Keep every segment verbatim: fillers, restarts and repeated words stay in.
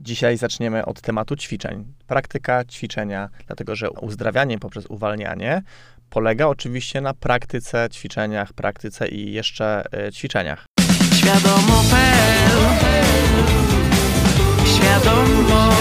Dzisiaj zaczniemy od tematu ćwiczeń. Praktyka ćwiczenia, dlatego że uzdrawianie poprzez uwalnianie polega oczywiście na praktyce, ćwiczeniach, praktyce i jeszcze y, ćwiczeniach. Świadomo kropka pe el Świadomo.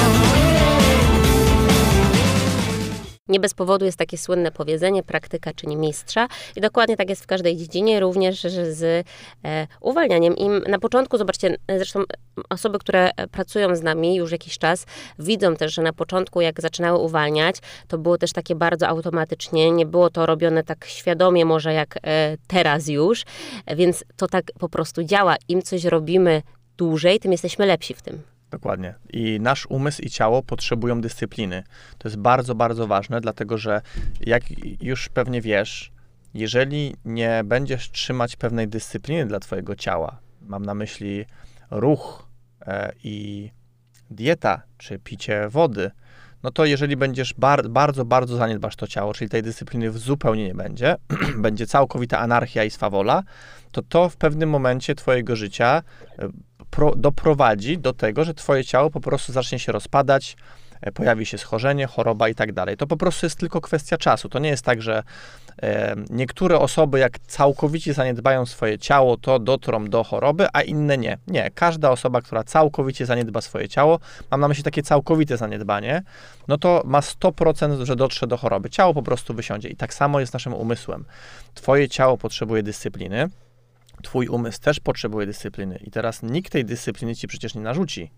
Nie bez powodu jest takie słynne powiedzenie, praktyka czyni mistrza i dokładnie tak jest w każdej dziedzinie, również z e, uwalnianiem. I na początku, zobaczcie, zresztą osoby, które pracują z nami już jakiś czas, widzą też, że na początku, jak zaczynały uwalniać, to było też takie bardzo automatycznie, nie było to robione tak świadomie może jak e, teraz już, więc to tak po prostu działa. Im coś robimy dłużej, tym jesteśmy lepsi w tym. Dokładnie. I nasz umysł i ciało potrzebują dyscypliny. To jest bardzo, bardzo ważne, dlatego że jak już pewnie wiesz, jeżeli nie będziesz trzymać pewnej dyscypliny dla twojego ciała, mam na myśli ruch e, i dieta, czy picie wody, no to jeżeli będziesz bar- bardzo, bardzo zaniedbasz to ciało, czyli tej dyscypliny zupełnie nie będzie, będzie całkowita anarchia i swawola, to to w pewnym momencie twojego życia pro- doprowadzi do tego, że twoje ciało po prostu zacznie się rozpadać, pojawi się schorzenie, choroba i tak dalej. To po prostu jest tylko kwestia czasu. To nie jest tak, że e, niektóre osoby jak całkowicie zaniedbają swoje ciało, to dotrą do choroby, a inne nie. Nie. Każda osoba, która całkowicie zaniedba swoje ciało, mam na myśli takie całkowite zaniedbanie, no to ma sto procent, że dotrze do choroby. Ciało po prostu wysiądzie. I tak samo jest z naszym umysłem. Twoje ciało potrzebuje dyscypliny, twój umysł też potrzebuje dyscypliny. I teraz nikt tej dyscypliny ci przecież nie narzuci.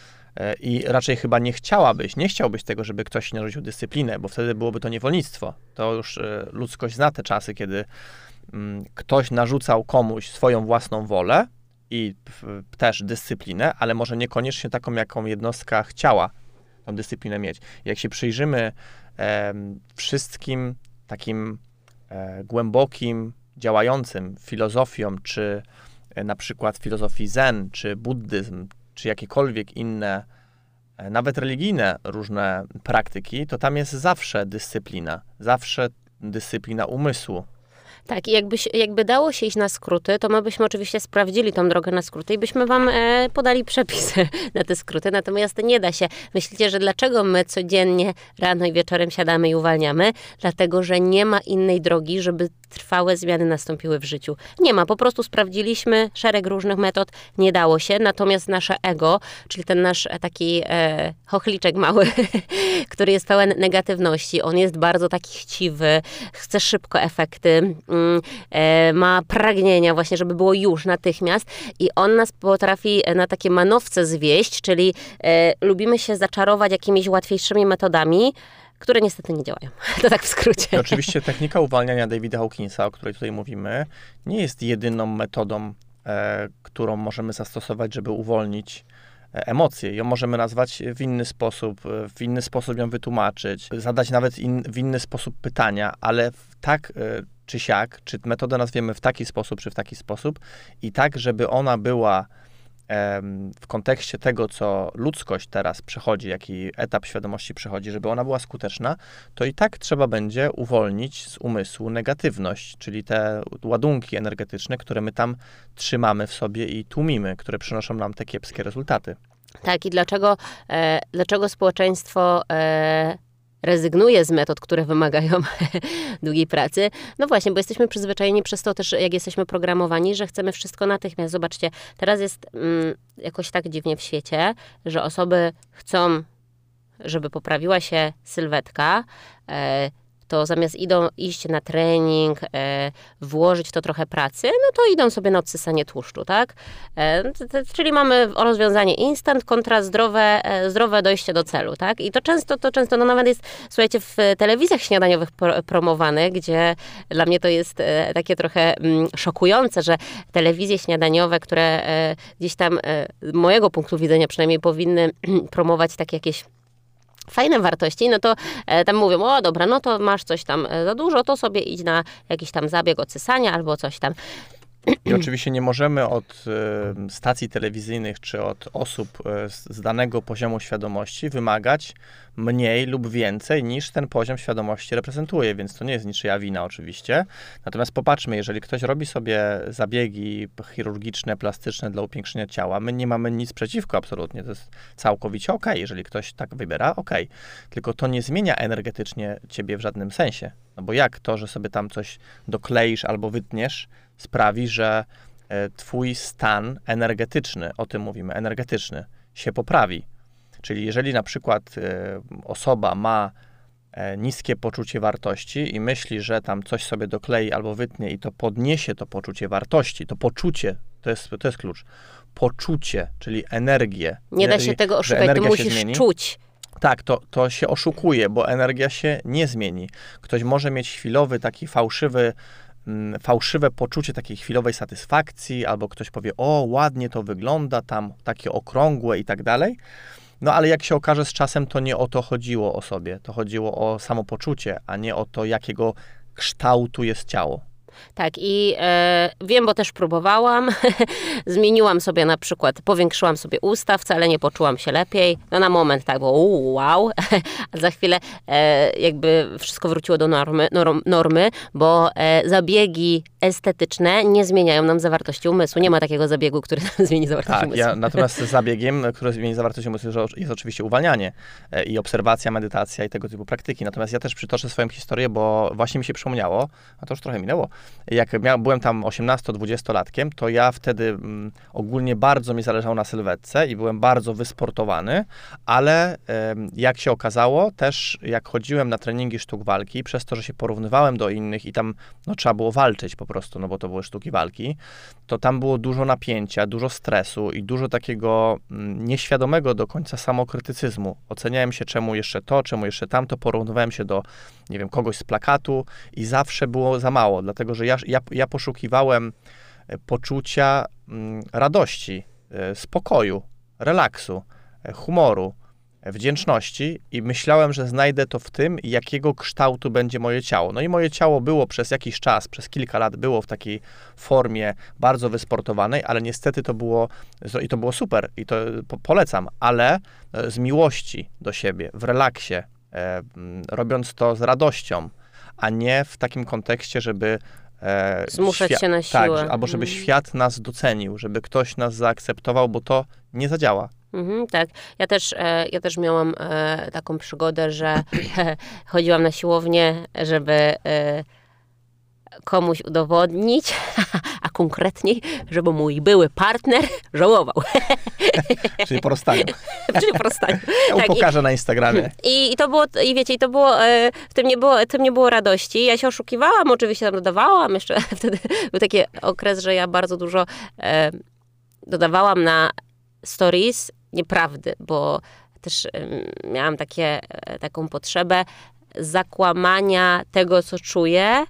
I raczej chyba nie chciałabyś, nie chciałbyś tego, żeby ktoś nie narzucił dyscyplinę, bo wtedy byłoby to niewolnictwo. To już ludzkość zna te czasy, kiedy ktoś narzucał komuś swoją własną wolę i też dyscyplinę, ale może niekoniecznie taką, jaką jednostka chciała tą dyscyplinę mieć. Jak się przyjrzymy e, wszystkim takim e, głębokim, działającym filozofiom, czy e, na przykład filozofii zen, czy buddyzm, czy jakiekolwiek inne, nawet religijne różne praktyki, to tam jest zawsze dyscyplina, zawsze dyscyplina umysłu. Tak, i jakby, jakby dało się iść na skróty, to my byśmy oczywiście sprawdzili tą drogę na skróty i byśmy wam e, podali przepisy na te skróty, natomiast nie da się. Myślicie, że dlaczego my codziennie rano i wieczorem siadamy i uwalniamy? Dlatego, że nie ma innej drogi, żeby trwałe zmiany nastąpiły w życiu. Nie ma, po prostu sprawdziliśmy szereg różnych metod, nie dało się, natomiast nasze ego, czyli ten nasz taki e, chochliczek mały, który jest pełen negatywności, on jest bardzo taki chciwy, chce szybko efekty, mm, e, ma pragnienia właśnie, żeby było już natychmiast i on nas potrafi na takie manowce zwieść, czyli e, lubimy się zaczarować jakimiś łatwiejszymi metodami, które niestety nie działają. To tak w skrócie. I oczywiście technika uwalniania Davida Hawkinsa, o której tutaj mówimy, nie jest jedyną metodą, e, którą możemy zastosować, żeby uwolnić e, emocje. Ją możemy nazwać w inny sposób, w inny sposób ją wytłumaczyć, zadać nawet in, w inny sposób pytania, ale w tak e, czy siak, czy metodę nazwiemy w taki sposób, czy w taki sposób i tak, żeby ona była w kontekście tego, co ludzkość teraz przechodzi, jaki etap świadomości przechodzi, żeby ona była skuteczna, to i tak trzeba będzie uwolnić z umysłu negatywność, czyli te ładunki energetyczne, które my tam trzymamy w sobie i tłumimy, które przynoszą nam te kiepskie rezultaty. Tak, i dlaczego, e, dlaczego społeczeństwo e, rezygnuje z metod, które wymagają długiej pracy? No właśnie, bo jesteśmy przyzwyczajeni przez to też, jak jesteśmy programowani, że chcemy wszystko natychmiast. Zobaczcie, teraz jest mm, jakoś tak dziwnie w świecie, że osoby chcą, żeby poprawiła się sylwetka, e, to zamiast idą iść na trening, e, włożyć w to trochę pracy, no to idą sobie na odsysanie tłuszczu, tak? E, t, t, czyli mamy rozwiązanie instant kontra zdrowe, e, zdrowe dojście do celu, tak? I to często, to często, no nawet jest, słuchajcie, w telewizjach śniadaniowych pro, promowane, gdzie dla mnie to jest e, takie trochę mm, szokujące, że telewizje śniadaniowe, które e, gdzieś tam, e, z mojego punktu widzenia przynajmniej, powinny promować takie jakieś fajne wartości, no to e, tam mówią, o dobra, no to masz coś tam za dużo, to sobie idź na jakiś tam zabieg odsysania albo coś tam. I oczywiście nie możemy od y, stacji telewizyjnych czy od osób y, z, z danego poziomu świadomości wymagać mniej lub więcej niż ten poziom świadomości reprezentuje, więc to nie jest niczyja wina oczywiście. Natomiast popatrzmy, jeżeli ktoś robi sobie zabiegi chirurgiczne, plastyczne dla upiększenia ciała, my nie mamy nic przeciwko absolutnie, to jest całkowicie okej, okay. Jeżeli ktoś tak wybiera, okej. Okay. Tylko to nie zmienia energetycznie ciebie w żadnym sensie. No bo jak to, że sobie tam coś dokleisz albo wytniesz, sprawi, że e, twój stan energetyczny, o tym mówimy, energetyczny, się poprawi. Czyli jeżeli na przykład e, osoba ma e, niskie poczucie wartości i myśli, że tam coś sobie doklei albo wytnie i to podniesie to poczucie wartości, to poczucie, to jest, to jest klucz, poczucie, czyli energię. Nie da się tego oszukać, ty musisz czuć. Tak, to, to się oszukuje, bo energia się nie zmieni. Ktoś może mieć chwilowy, taki fałszywy, mm, fałszywe poczucie takiej chwilowej satysfakcji, albo ktoś powie, o, ładnie to wygląda, tam takie okrągłe i tak dalej. No ale jak się okaże z czasem, to nie o to chodziło o sobie. To chodziło o samopoczucie, a nie o to, jakiego kształtu jest ciało. Tak i e, wiem, bo też próbowałam, zmieniłam sobie na przykład, powiększyłam sobie usta, wcale nie poczułam się lepiej, no na moment tak było uu, wow, a za chwilę e, jakby wszystko wróciło do normy, norm, normy, bo e, zabiegi estetyczne nie zmieniają nam zawartości umysłu, nie ma takiego zabiegu, który zmieni zawartość tak, umysłu. Ja, natomiast zabiegiem, który zmieni zawartość umysłu, jest oczywiście uwalnianie e, i obserwacja, medytacja i tego typu praktyki, natomiast ja też przytoczę swoją historię, bo właśnie mi się przypomniało, a to już trochę minęło, jak miał, byłem tam osiemnasto-dwudziestolatkiem, to ja wtedy mm, ogólnie bardzo mi zależało na sylwetce i byłem bardzo wysportowany, ale ym, jak się okazało, też jak chodziłem na treningi sztuk walki, przez to, że się porównywałem do innych i tam no, trzeba było walczyć po prostu, no bo to były sztuki walki, to tam było dużo napięcia, dużo stresu i dużo takiego mm, nieświadomego do końca samokrytycyzmu. Oceniałem się, czemu jeszcze to, czemu jeszcze tamto, porównywałem się do, nie wiem, kogoś z plakatu i zawsze było za mało, dlatego, że ja, ja, ja poszukiwałem poczucia mm, radości, e, spokoju, relaksu, e, humoru, e, wdzięczności i myślałem, że znajdę to w tym, jakiego kształtu będzie moje ciało. No i moje ciało było przez jakiś czas, przez kilka lat było w takiej formie bardzo wysportowanej, ale niestety to było, i to było super i to po, polecam, ale e, z miłości do siebie, w relaksie, e, m, robiąc to z radością, a nie w takim kontekście, żeby e, zmuszać świat, się na siłę. Tak, albo żeby mm. świat nas docenił, żeby ktoś nas zaakceptował, bo to nie zadziała. Mhm, tak. Ja też, e, ja też miałam e, taką przygodę, że chodziłam na siłownię, żeby e, komuś udowodnić, a konkretniej, żeby mój były partner żałował. Czyli po rozstaniu. Czyli po rozstaniu. Ja mu tak, pokażę i, na Instagramie. I, I to było, i wiecie, i to było, e, w tym nie było, w tym nie było radości. Ja się oszukiwałam, oczywiście tam dodawałam, jeszcze wtedy był taki okres, że ja bardzo dużo e, dodawałam na stories nieprawdy, bo też e, miałam takie, e, taką potrzebę zakłamania tego, co czuję,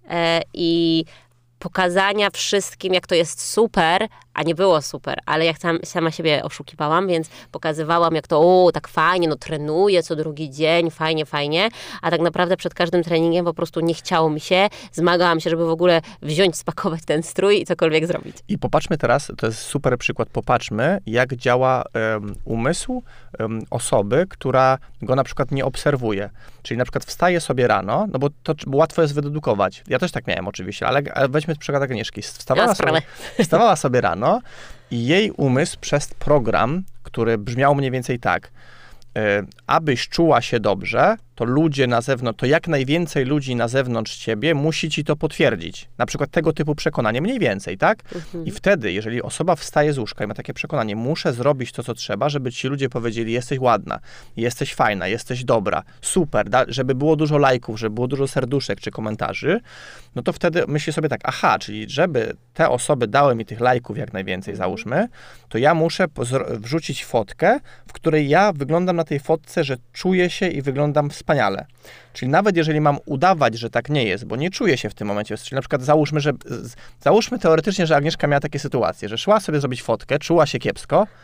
i pokazania wszystkim, jak to jest super, a nie było super, ale jak tam sama siebie oszukiwałam, więc pokazywałam, jak to o, tak fajnie, no trenuję co drugi dzień, fajnie, fajnie, a tak naprawdę przed każdym treningiem po prostu nie chciało mi się, zmagałam się, żeby w ogóle wziąć, spakować ten strój i cokolwiek zrobić. I popatrzmy teraz, to jest super przykład, popatrzmy, jak działa um, umysł um, osoby, która go na przykład nie obserwuje. Czyli na przykład wstaje sobie rano, no bo to bo łatwo jest wydedukować. Ja też tak miałem oczywiście, ale, ale weźmy przykład Agnieszki. Wstawała, sobie, wstawała sobie rano i jej umysł przez program, który brzmiał mniej więcej tak, y, abyś czuła się dobrze, to ludzie na zewnątrz, to jak najwięcej ludzi na zewnątrz ciebie musi ci to potwierdzić. Na przykład tego typu przekonanie, mniej więcej, tak? Mhm. I wtedy, jeżeli osoba wstaje z łóżka i ma takie przekonanie, muszę zrobić to, co trzeba, żeby ci ludzie powiedzieli, jesteś ładna, jesteś fajna, jesteś dobra, super, da, żeby było dużo lajków, żeby było dużo serduszek czy komentarzy, no to wtedy myśli sobie tak, aha, czyli żeby te osoby dały mi tych lajków jak najwięcej, załóżmy, to ja muszę wrzucić fotkę, w której ja wyglądam na tej fotce, że czuję się i wyglądam wspaniale. Wspaniale. Czyli nawet jeżeli mam udawać, że tak nie jest, bo nie czuję się w tym momencie, czyli na przykład załóżmy, że załóżmy teoretycznie, że Agnieszka miała takie sytuacje, że szła sobie zrobić fotkę, czuła się kiepsko,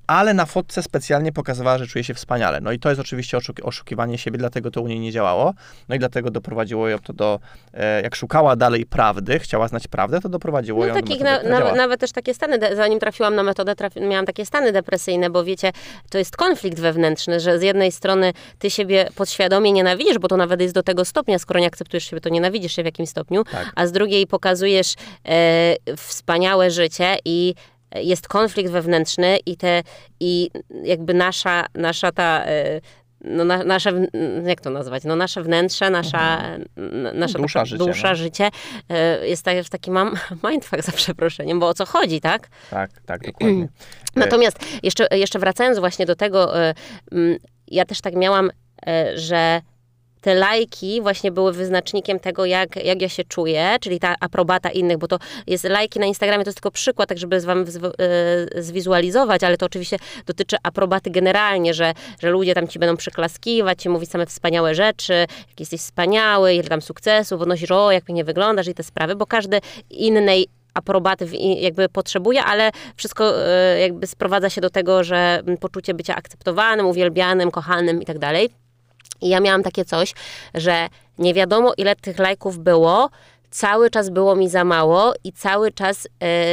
ale na fotce specjalnie pokazywała, że czuje się wspaniale. No i to jest oczywiście oszuk- oszukiwanie siebie, dlatego to u niej nie działało. No i dlatego doprowadziło ją to do, e, jak szukała dalej prawdy, chciała znać prawdę, to doprowadziło No ją takich do metody, na, która na, działa. nawet też takie stany, de- zanim trafiłam na metodę, trafi, miałam takie stany depresyjne, bo wiecie, to jest konflikt wewnętrzny, że z jednej strony ty siebie podświadomie nienawidzisz, bo to nawet jest do tego stopnia, skoro nie akceptujesz siebie, to nienawidzisz się w jakimś stopniu, Tak. a z drugiej pokazujesz e, wspaniałe życie i jest konflikt wewnętrzny i te, i jakby nasza, nasza ta, e, no na, nasze, jak to nazwać, no nasze wnętrze, nasza, mhm. nasza dusza, taka, życie, dusza no. życie e, jest tak, w taki mam mindfuck za przeproszeniem, bo o co chodzi, tak? Tak, tak, dokładnie. Natomiast jeszcze, jeszcze wracając właśnie do tego, e, m, ja też tak miałam, e, że te lajki właśnie były wyznacznikiem tego, jak, jak ja się czuję, czyli ta aprobata innych, bo to jest lajki na Instagramie, to jest tylko przykład, tak żeby wam zw- e, zwizualizować, ale to oczywiście dotyczy aprobaty generalnie, że, że ludzie tam ci będą przyklaskiwać, ci mówić same wspaniałe rzeczy, jak jesteś wspaniały, ile tam sukcesów, odnosisz, o, jak pięknie wyglądasz i te sprawy, bo każdy innej aprobaty jakby potrzebuje, ale wszystko e, jakby sprowadza się do tego, że poczucie bycia akceptowanym, uwielbianym, kochanym i tak dalej. I ja miałam takie coś, że nie wiadomo ile tych lajków było, cały czas było mi za mało i cały czas y,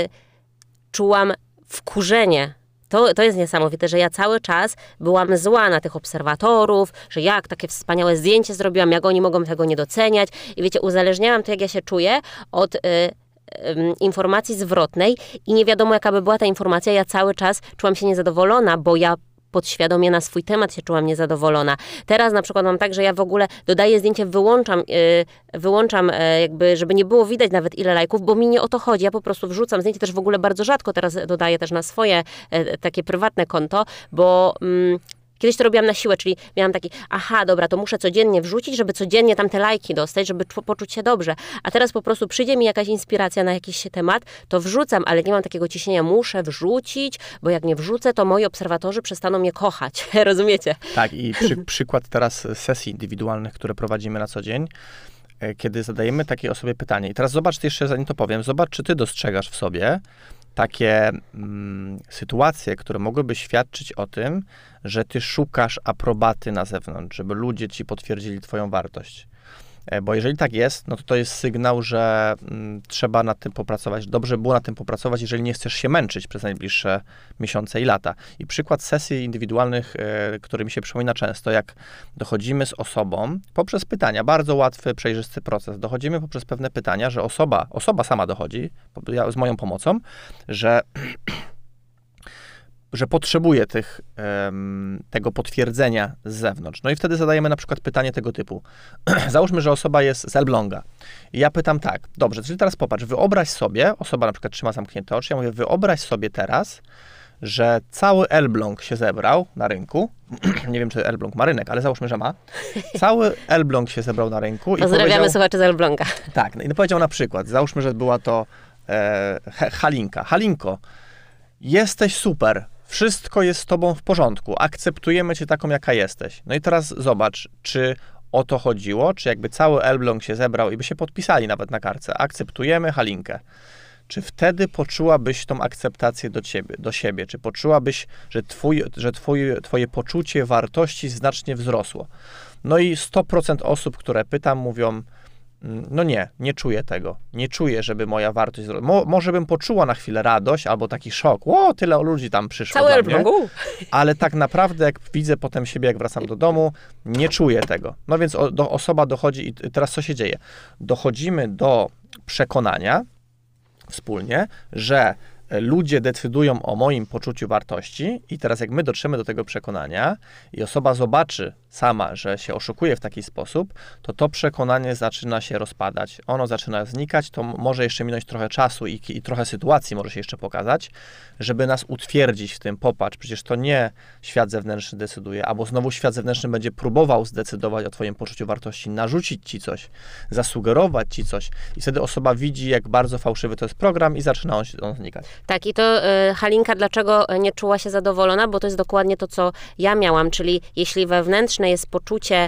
czułam wkurzenie. To, to jest niesamowite, że ja cały czas byłam zła na tych obserwatorów, że jak takie wspaniałe zdjęcie zrobiłam, jak oni mogą tego nie doceniać. I wiecie, uzależniałam to, jak ja się czuję, od... Y, informacji zwrotnej i nie wiadomo jaka by była ta informacja, ja cały czas czułam się niezadowolona, bo ja podświadomie na swój temat się czułam niezadowolona. Teraz na przykład mam tak, że ja w ogóle dodaję zdjęcie, wyłączam, yy, wyłączam yy, jakby, żeby nie było widać nawet ile lajków, bo mi nie o to chodzi. Ja po prostu wrzucam zdjęcie, też w ogóle bardzo rzadko teraz dodaję też na swoje yy, takie prywatne konto, bo... Yy, Kiedyś to robiłam na siłę, czyli miałam taki, aha, dobra, to muszę codziennie wrzucić, żeby codziennie tam te lajki dostać, żeby poczuć się dobrze. A teraz po prostu przyjdzie mi jakaś inspiracja na jakiś temat, to wrzucam, ale nie mam takiego ciśnienia, muszę wrzucić, bo jak nie wrzucę, to moi obserwatorzy przestaną mnie kochać. Rozumiecie? Tak, i przy, przykład teraz sesji indywidualnych, które prowadzimy na co dzień, kiedy zadajemy takiej osobie pytanie. I teraz zobacz, jeszcze zanim to powiem, zobacz, czy ty dostrzegasz w sobie takie mm, sytuacje, które mogłyby świadczyć o tym, że ty szukasz aprobaty na zewnątrz, żeby ludzie ci potwierdzili twoją wartość. Bo jeżeli tak jest, no to to jest sygnał, że mm, trzeba nad tym popracować. Dobrze było nad tym popracować, jeżeli nie chcesz się męczyć przez najbliższe miesiące i lata. I przykład sesji indywidualnych, e, który mi się przypomina często, jak dochodzimy z osobą poprzez pytania, bardzo łatwy, przejrzysty proces. Dochodzimy poprzez pewne pytania, że osoba, osoba sama dochodzi, ja, z moją pomocą, że że potrzebuje tych, um, tego potwierdzenia z zewnątrz. No i wtedy zadajemy na przykład pytanie tego typu. Załóżmy, że osoba jest z Elbląga. I ja pytam tak, dobrze, czyli teraz popatrz, wyobraź sobie, osoba na przykład trzyma zamknięte oczy, ja mówię, wyobraź sobie teraz, że cały Elbląg się zebrał na rynku. Nie wiem, czy Elbląg ma rynek, ale załóżmy, że ma. Cały Elbląg się zebrał na rynku. Pozdrawiamy i powiedział, słuchaczy z Elbląga. Tak, no i powiedział na przykład, załóżmy, że była to e, Halinka. Halinko, jesteś super. Wszystko jest z tobą w porządku, akceptujemy cię taką, jaka jesteś. No i teraz zobacz, czy o to chodziło, czy jakby cały Elbląg się zebrał i by się podpisali nawet na kartce, akceptujemy Halinkę. Czy wtedy poczułabyś tą akceptację do ciebie, do siebie? Czy poczułabyś, że, twój, że twój, twoje poczucie wartości znacznie wzrosło? No i sto procent osób, które pytam, mówią, no nie, nie czuję tego. Nie czuję, żeby moja wartość... Mo, może bym poczuła na chwilę radość albo taki szok. Ło, tyle ludzi tam przyszło Cały dla mnie. Ale tak naprawdę, jak widzę potem siebie, jak wracam do domu, nie czuję tego. No więc o, do, osoba dochodzi i teraz co się dzieje? Dochodzimy do przekonania wspólnie, że ludzie decydują o moim poczuciu wartości i teraz jak my dotrzemy do tego przekonania i osoba zobaczy sama, że się oszukuje w taki sposób, to to przekonanie zaczyna się rozpadać. Ono zaczyna znikać, to może jeszcze minąć trochę czasu i, i trochę sytuacji może się jeszcze pokazać, żeby nas utwierdzić w tym. Popatrz, przecież to nie świat zewnętrzny decyduje, albo znowu świat zewnętrzny będzie próbował zdecydować o twoim poczuciu wartości, narzucić ci coś, zasugerować ci coś i wtedy osoba widzi, jak bardzo fałszywy to jest program i zaczyna on, on znikać. Tak, i to y, Halinka dlaczego nie czuła się zadowolona, bo to jest dokładnie to, co ja miałam, czyli jeśli wewnętrzne jest poczucie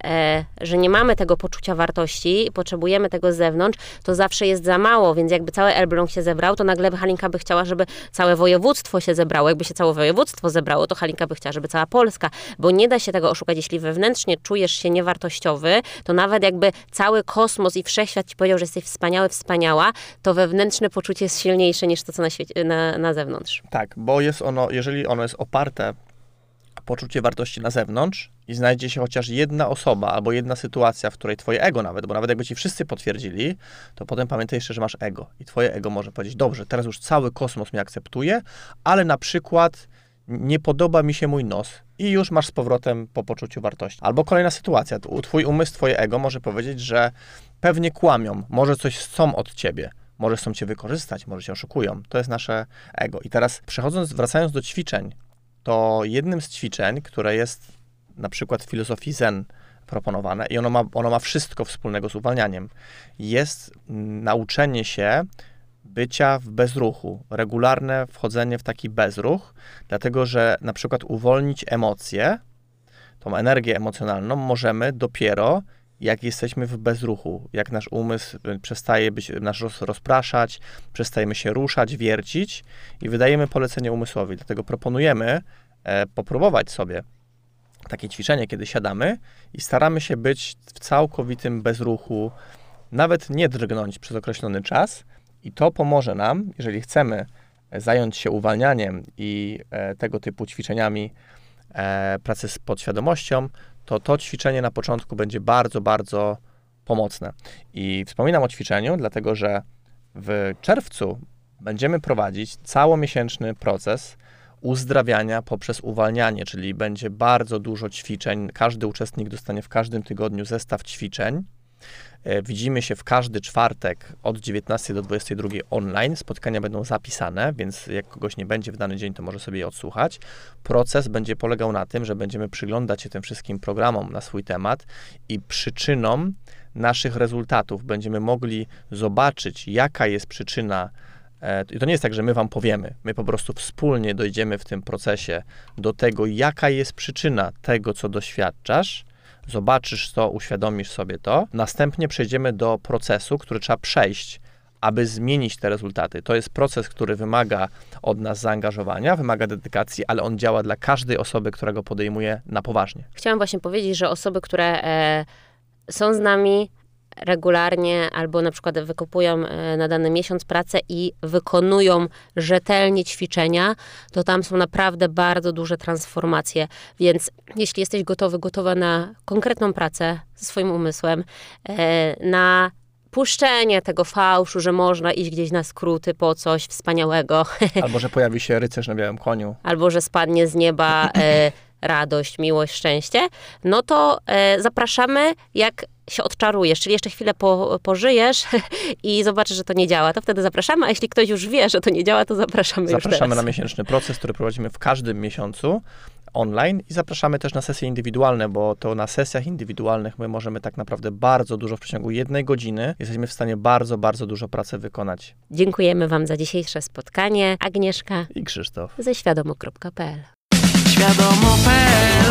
e, że nie mamy tego poczucia wartości i potrzebujemy tego z zewnątrz, to zawsze jest za mało, więc jakby cały Elbląg się zebrał, to nagle Halinka by chciała, żeby całe województwo się zebrało. Jakby się całe województwo zebrało, to Halinka by chciała, żeby cała Polska, bo nie da się tego oszukać. Jeśli wewnętrznie czujesz się niewartościowy, to nawet jakby cały kosmos i wszechświat ci powiedział, że jesteś wspaniały, wspaniała, to wewnętrzne poczucie jest silniejsze niż to, co na, świecie, na, na zewnątrz. Tak, bo jest ono, jeżeli ono jest oparte poczucie wartości na zewnątrz i znajdzie się chociaż jedna osoba albo jedna sytuacja, w której twoje ego nawet, bo nawet jakby ci wszyscy potwierdzili, to potem pamiętaj jeszcze, że masz ego i twoje ego może powiedzieć, dobrze, teraz już cały kosmos mnie akceptuje, ale na przykład nie podoba mi się mój nos i już masz z powrotem po poczuciu wartości. Albo kolejna sytuacja, twój umysł, twoje ego może powiedzieć, że pewnie kłamią, może coś chcą od ciebie, może chcą cię wykorzystać, może cię oszukują. To jest nasze ego. I teraz przechodząc, wracając do ćwiczeń, to jednym z ćwiczeń, które jest na przykład w filozofii zen proponowane i ono ma, ono ma wszystko wspólnego z uwalnianiem, jest nauczenie się bycia w bezruchu, regularne wchodzenie w taki bezruch, dlatego że na przykład uwolnić emocje, tą energię emocjonalną możemy dopiero jak jesteśmy w bezruchu, jak nasz umysł przestaje być, nasz roz, rozpraszać, przestajemy się ruszać, wiercić i wydajemy polecenie umysłowi. Dlatego proponujemy e, popróbować sobie takie ćwiczenie, kiedy siadamy i staramy się być w całkowitym bezruchu, nawet nie drgnąć przez określony czas i to pomoże nam, jeżeli chcemy zająć się uwalnianiem i e, tego typu ćwiczeniami e, pracy z podświadomością, to to ćwiczenie na początku będzie bardzo, bardzo pomocne. I wspominam o ćwiczeniu, dlatego że w czerwcu będziemy prowadzić całomiesięczny proces uzdrawiania poprzez uwalnianie, czyli będzie bardzo dużo ćwiczeń. Każdy uczestnik dostanie w każdym tygodniu zestaw ćwiczeń. Widzimy się w każdy czwartek od dziewiętnastej do dwudziestej drugiej online. Spotkania będą zapisane, więc jak kogoś nie będzie w dany dzień, to może sobie je odsłuchać. Proces będzie polegał na tym, że będziemy przyglądać się tym wszystkim programom na swój temat i przyczyną naszych rezultatów będziemy mogli zobaczyć, jaka jest przyczyna. I to nie jest tak, że my wam powiemy. My po prostu wspólnie dojdziemy w tym procesie do tego, jaka jest przyczyna tego, co doświadczasz. Zobaczysz to, uświadomisz sobie to. Następnie przejdziemy do procesu, który trzeba przejść, aby zmienić te rezultaty. To jest proces, który wymaga od nas zaangażowania, wymaga dedykacji, ale on działa dla każdej osoby, która go podejmuje na poważnie. Chciałam właśnie powiedzieć, że osoby, które e, są z nami regularnie albo na przykład wykupują na dany miesiąc pracę i wykonują rzetelnie ćwiczenia, to tam są naprawdę bardzo duże transformacje. Więc jeśli jesteś gotowy, gotowa na konkretną pracę ze swoim umysłem, na puszczenie tego fałszu, że można iść gdzieś na skróty po coś wspaniałego. Albo że pojawi się rycerz na białym koniu. Albo że spadnie z nieba e, radość, miłość, szczęście. No to e, zapraszamy, jak się odczarujesz, czyli jeszcze chwilę po, pożyjesz i zobaczysz, że to nie działa, to wtedy zapraszamy, a jeśli ktoś już wie, że to nie działa, to zapraszamy, zapraszamy już teraz. na miesięczny proces, który prowadzimy w każdym miesiącu online i zapraszamy też na sesje indywidualne, bo to na sesjach indywidualnych my możemy tak naprawdę bardzo dużo w przeciągu jednej godziny, jesteśmy w stanie bardzo, bardzo dużo pracy wykonać. Dziękujemy wam za dzisiejsze spotkanie. Agnieszka i Krzysztof ze świadomo kropka p l Świadomo kropka p l